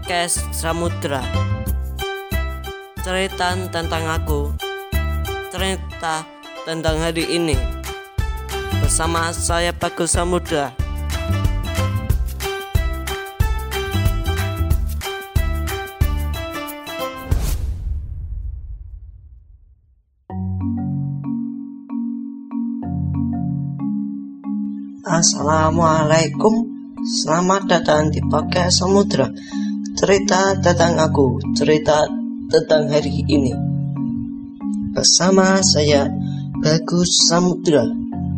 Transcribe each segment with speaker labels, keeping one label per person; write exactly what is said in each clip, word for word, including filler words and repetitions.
Speaker 1: podcast Samudra. Cerita tentang aku, cerita tentang hari ini bersama saya Bagus Samudra.
Speaker 2: Assalamualaikum, selamat datang di podcast Samudra. Cerita tentang aku, cerita tentang hari ini bersama saya Bagus Samudra.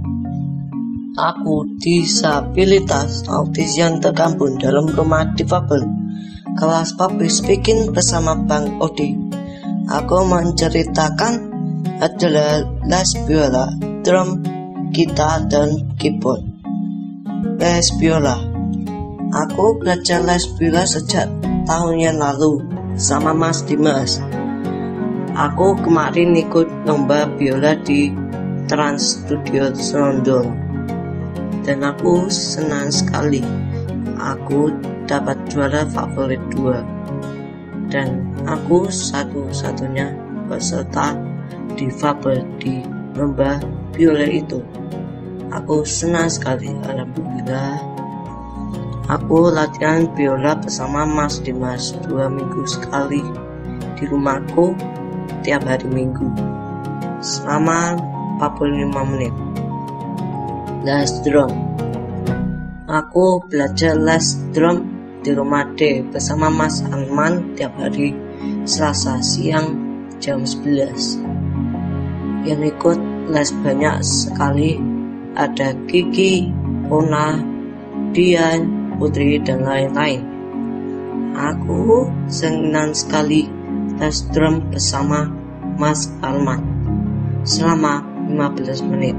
Speaker 2: Aku disabilitas autis yang tergabung dalam rumah difabel kelas public speaking bersama Bang Odi. Aku menceritakan adalah les biola, drum, gitar, dan keyboard. Les biola. Aku belajar les biola sejak tahun yang lalu sama Mas Dimas. Aku kemarin ikut lomba biola di Trans Studio Serondol dan aku senang sekali. Aku dapat juara favorit dua dan aku satu-satunya peserta difabel di lomba biola itu. Aku senang sekali, alhamdulillah. Aku latihan biola bersama Mas Dimas dua minggu sekali di rumahku tiap hari Minggu selama empat puluh lima menit. Les drum. Aku belajar les drum di rumah D bersama Mas Arman tiap hari Selasa siang jam sebelas. Yang ikut les banyak sekali. Ada Kiki, Ona, Dian, Putri, dan lain-lain. Aku senang sekali les drum bersama Mas Arman selama lima belas menit.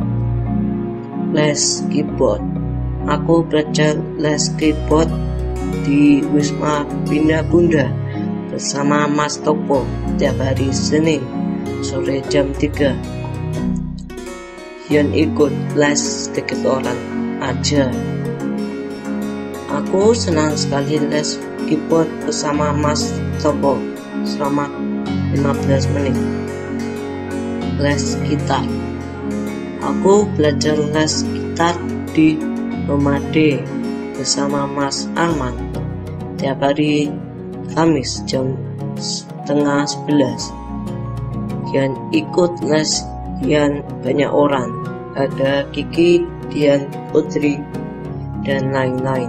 Speaker 2: Les keyboard. Aku belajar les keyboard di Wisma Bina Bunda bersama Mas Topo tiap hari Senin sore jam tiga. Yang ikut les sedikit orang aja. Aku senang sekali les keyboard bersama Mas Topo selama lima belas menit. Les gitar. Aku belajar les gitar di rumah D bersama Mas Arman tiap hari Kamis jam setengah sebelas. Yang ikut les yang banyak orang, ada Kiki, Dian, Putri, dan lain-lain.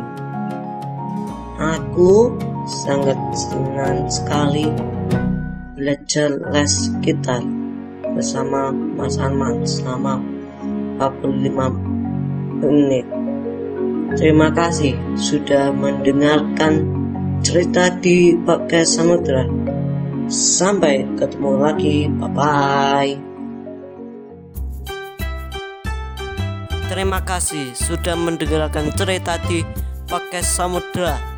Speaker 2: Aku sangat senang sekali belajar les gitar bersama Mas Arman selama empat puluh lima menit. Terima kasih sudah mendengarkan cerita di podcast Samudra. Sampai ketemu lagi, bye-bye.
Speaker 1: Terima kasih sudah mendengarkan cerita di podcast Samudra.